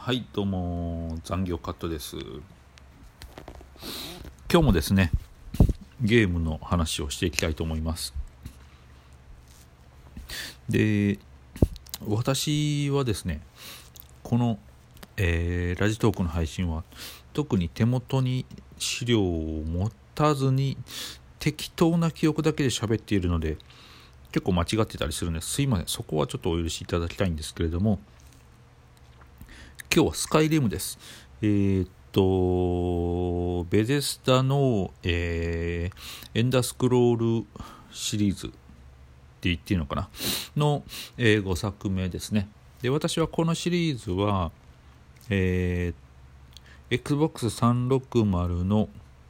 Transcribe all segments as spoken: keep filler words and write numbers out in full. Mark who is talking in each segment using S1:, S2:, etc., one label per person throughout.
S1: はいどうも残業カットです。今日もですねゲームの話をしていきたいと思います。で私はですねこの、えー、ラジトークの配信は特に手元に資料を持たずに適当な記憶だけで喋っているので結構間違ってたりするんです。すいません、そこはちょっとお許しいただきたいんですけれども、今日はスカイリムです。えー、っとベゼスタの、えー、エンダースクロールシリーズって言っていいのかなの、えー、ごさくめですね。で私はこのシリーズは、えー、エックスボックスさんびゃくろくじゅう の、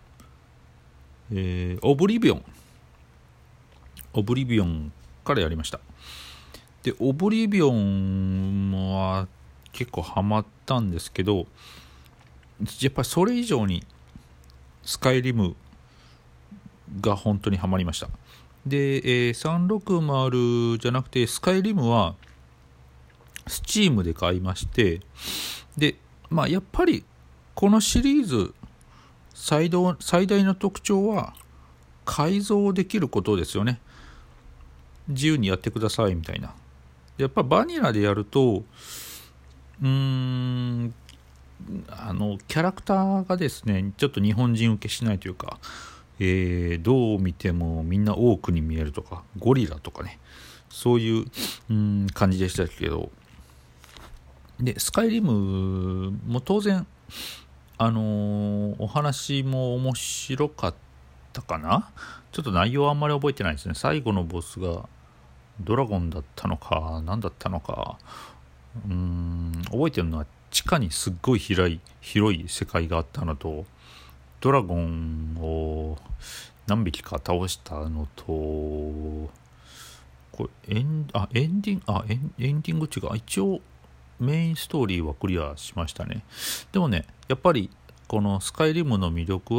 S1: えー、オブリビオンオブリビオンからやりました。でオブリビオンは結構ハマったんですけど、やっぱりそれ以上にスカイリムが本当にハマりました。で、えー、さんびゃくろくじゅうじゃなくてスカイリムはスチームで買いまして、でまあやっぱりこのシリーズ最大、最大の特徴は改造できることですよね。自由にやってくださいみたいな。やっぱバニラでやるとうーんあのキャラクターがですねちょっと日本人受けしないというか、えー、どう見てもみんなオークに見えるとかゴリラとかね、そういう、うーん感じでしたけど、でスカイリムも当然あのー、お話も面白かったかな。ちょっと内容はあんまり覚えてないですね。最後のボスがドラゴンだったのか何だったのか、うーん覚えてるのは地下にすっごい広い広い世界があったのと、ドラゴンを何匹か倒したのと、これエンあエンディングあエンエンディング違う、一応メインストーリーはクリアしましたね。でもねやっぱりこのスカイリムの魅力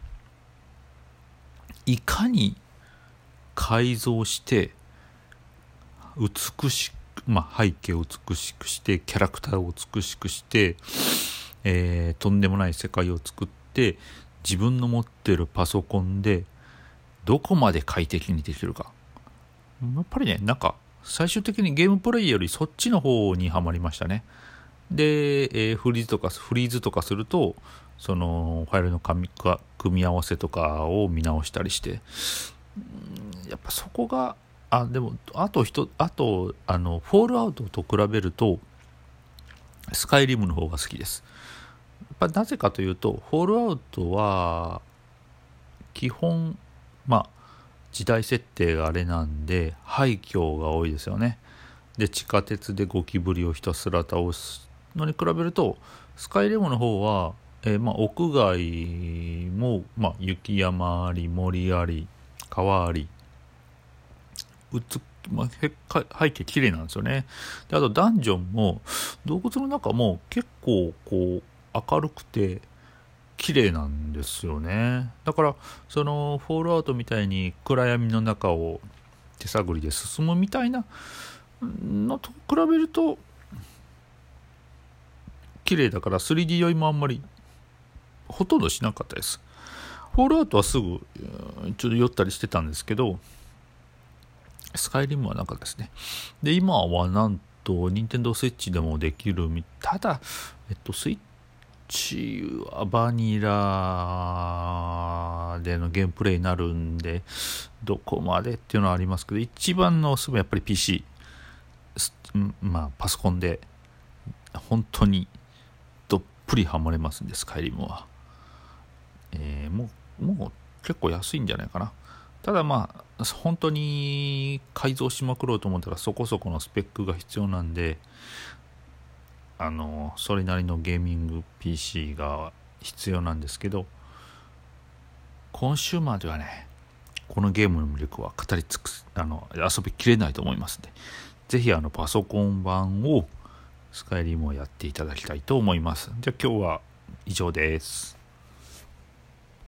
S1: はいかに改造して美しく、まあ、背景を美しくしてキャラクターを美しくして、えー、とんでもない世界を作って自分の持ってるパソコンでどこまで快適にできるか。やっぱりねなんか最終的にゲームプレイよりそっちの方にはまりましたね。で、えー、フリーズとかフリーズとかするとそのファイルの組み合わせとかを見直したりして、やっぱそこがあでもあと人あとあのフォールアウトと比べるとスカイリムの方が好きです。やっぱなぜかというとフォールアウトは基本まあ時代設定があれなんで廃墟が多いですよね。で地下鉄でゴキブリをひたすら倒すのに比べるとスカイリムの方は、えーまあ、屋外も、まあ、雪山あり森あり川ありうつ、まあ、背景綺麗なんですよね。であとダンジョンも洞窟の中も結構こう明るくて綺麗なんですよね。だからそのフォールアウトみたいに暗闇の中を手探りで進むみたいなのと比べると綺麗だから スリーディー 酔いもあんまりほとんどしなかったです。フォールアウトはすぐちょっと酔ったりしてたんですけどスカイリムはなんかですね。で今はなんと任天堂スイッチでもできる。ただえっとスイッチはバニラでのゲームプレイになるんでどこまでっていうのはありますけど、一番のおすすめはやっぱり ピーシー、まあパソコンで本当にどっぷりハマれますんでスカイリムは、えー、もうもう結構安いんじゃないかな。ただまあ本当に改造しまくろうと思ったらそこそこのスペックが必要なんで、あのそれなりのゲーミング ピーシー が必要なんですけど、コンシューマーではねこのゲームの魅力は語り尽くすあの遊びきれないと思いますので、ぜひあのパソコン版をスカイリムをやっていただきたいと思います。じゃあ今日は以上です。